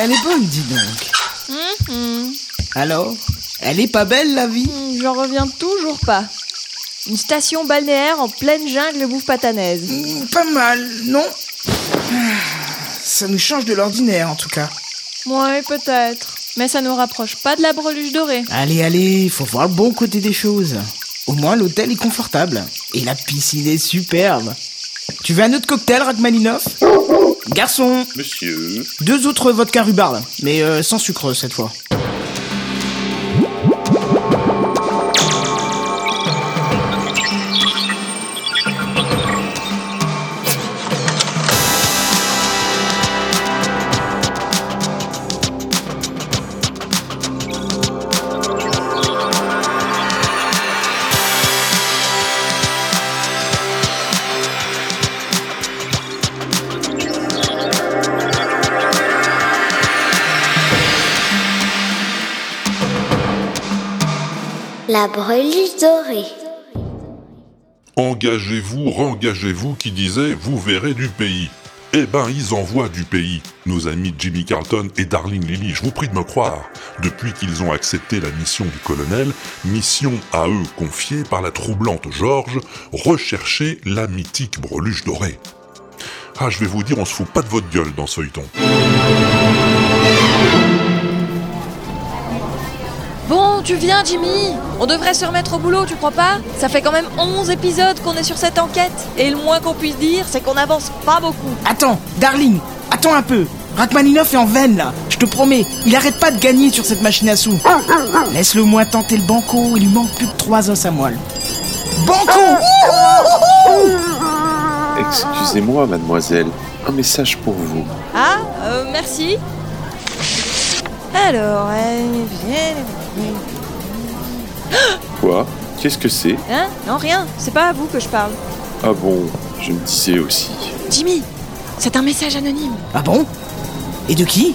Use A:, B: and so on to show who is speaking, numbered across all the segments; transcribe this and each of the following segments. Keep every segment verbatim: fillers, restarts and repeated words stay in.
A: Elle est bonne, dis donc.
B: Mmh.
A: Alors, elle est pas belle, la vie?
B: Mmh, j'en reviens toujours pas. Une station balnéaire en pleine jungle bouffe patanaise.
A: Mmh, pas mal, non? Ça nous change de l'ordinaire, en tout cas.
B: Ouais, peut-être. Mais ça nous rapproche pas de la Breluche dorée.
A: Allez, allez, faut voir le bon côté des choses. Au moins, l'hôtel est confortable. Et la piscine est superbe. Tu veux un autre cocktail, Rachmaninoff? Garçon.
C: Monsieur.
A: Deux autres vodka rhubarbe, mais euh, sans sucre cette fois.
D: La Breluche dorée.
C: Engagez-vous, rengagez-vous, qui disait « Vous verrez du pays ». Eh ben, ils envoient du pays, nos amis Jimmy Carlton et Darling Lily, je vous prie de me croire. Depuis qu'ils ont accepté la mission du colonel, mission à eux confiée par la troublante George, rechercher la mythique Breluche dorée. Ah, je vais vous dire, on se fout pas de votre gueule dans ce feuilleton.
B: Bon, tu viens, Jimmy. On devrait se remettre au boulot, tu crois pas? Ça fait quand même onze épisodes qu'on est sur cette enquête. Et le moins qu'on puisse dire, c'est qu'on avance pas beaucoup.
A: Attends, Darling, attends un peu. Rachmaninoff est en veine, là. Je te promets, il arrête pas de gagner sur cette machine à sous. Laisse-le au moins tenter le banco, il lui manque plus que trois os à moelle. Banco!
E: Excusez-moi, mademoiselle. Un message pour vous.
B: Ah, euh, merci. Alors, euh...
E: Quoi? Qu'est-ce que c'est?
B: Hein? Non, rien. C'est pas à vous que je parle.
E: Ah bon, je me disais aussi.
B: Jimmy, c'est un message anonyme.
A: Ah bon? Et de qui?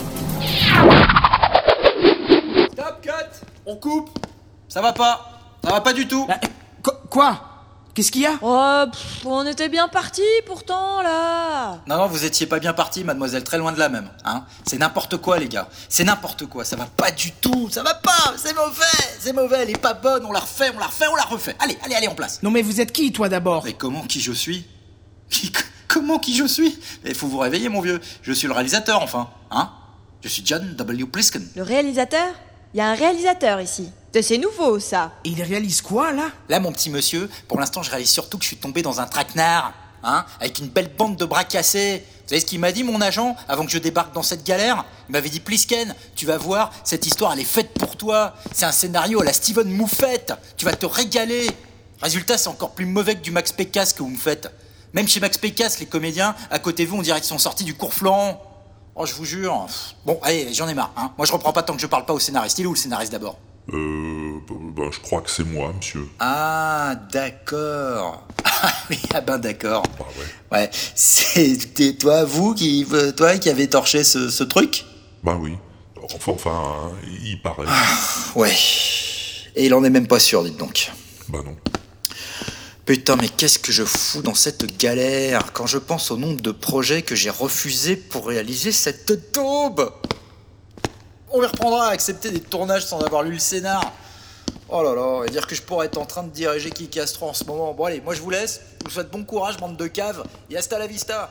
F: Stop, cut! On coupe! Ça va pas! Ça va pas du tout!
A: Bah, qu- Quoi? Qu'est-ce qu'il y a?
B: Oh, pff, on était bien partis pourtant, là.
F: Non, non, vous étiez pas bien parti, mademoiselle, très loin de là même. Hein, c'est n'importe quoi, les gars. C'est n'importe quoi, ça va pas du tout. Ça va pas, c'est mauvais, c'est mauvais, elle est pas bonne. On la refait, on la refait, on la refait. Allez, allez, allez, en place.
A: Non mais vous êtes qui, toi, d'abord?
F: Mais comment qui je suis? Qui, comment qui je suis? Il faut vous réveiller, mon vieux. Je suis le réalisateur, enfin. Hein? Je suis John W. Plisken.
B: Le réalisateur? Il y a un réalisateur ici. C'est nouveau, ça.
A: Et il réalise quoi, là?
F: Là, mon petit monsieur, pour l'instant, je réalise surtout que je suis tombé dans un traquenard, hein, avec une belle bande de bras cassés. Vous savez ce qu'il m'a dit, mon agent, avant que je débarque dans cette galère? Il m'avait dit, Plisken, tu vas voir, cette histoire, elle est faite pour toi. C'est un scénario à la Steven Moffat. Tu vas te régaler. Résultat, c'est encore plus mauvais que du Max Pécasse que vous me faites. Même chez Max Pécasse, les comédiens, à côté de vous, on dirait qu'ils sont sortis du cours Florent. Oh, je vous jure. Bon, allez, j'en ai marre, hein. Moi, je reprends pas tant que je parle pas au scénariste. Il est où le scénariste, d'abord?
C: Euh... Ben, je crois que c'est moi, monsieur.
F: Ah, d'accord. Ah oui, ah ben d'accord.
C: Ah ouais.
F: Ouais, c'est toi, vous, qui, toi, qui avez torché ce, ce truc?
C: Ben oui. Enfin, enfin, il paraît.
F: Ah, ouais. Et il en est même pas sûr, dites donc.
C: Ben non.
F: Putain, mais qu'est-ce que je fous dans cette galère quand je pense au nombre de projets que j'ai refusés pour réaliser cette taube. On les reprendra à accepter des tournages sans avoir lu le scénar. Oh là là, et dire que je pourrais être en train de diriger Kick-Ass trois en ce moment. Bon allez, moi je vous laisse, je vous souhaite bon courage, bande de caves, et hasta la vista.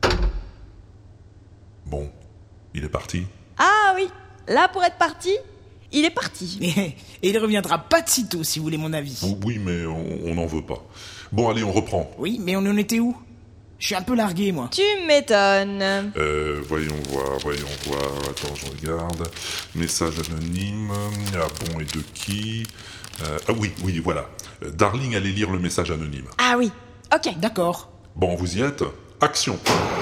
C: Bon, il est parti.
B: Ah oui, là pour être parti, il est parti.
A: Et, et il reviendra pas de sitôt, si vous voulez mon avis.
C: Oui, mais on n'en veut pas. Bon, allez, on reprend.
A: Oui, mais on en était où? Je suis un peu largué, moi.
B: Tu m'étonnes.
C: Euh, voyons voir, voyons voir. Attends, je regarde. Message anonyme. Ah bon, et de qui? euh, Ah oui, oui, voilà. Euh, Darling allait lire le message anonyme.
B: Ah oui, ok.
A: D'accord.
C: Bon, vous y êtes? Action.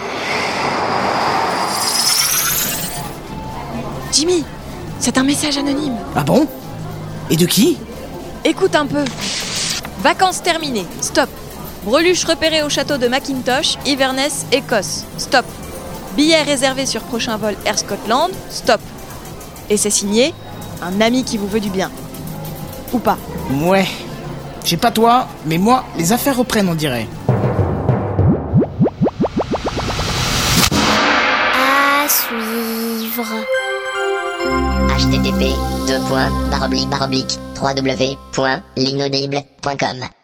B: Jimmy, c'est un message anonyme.
A: Ah bon? Et de qui?
B: Écoute un peu. Vacances terminées, stop. Breluche repérée au château de Macintosh, Inverness, Écosse, stop. Billet réservé sur prochain vol Air Scotland, stop. Et c'est signé un ami qui vous veut du bien. Ou pas.
A: Ouais. Je sais pas toi, mais moi, les affaires reprennent, on dirait.
D: À suivre.
G: h t t p deux points barre oblique barre oblique w w w point l'inaudible point com.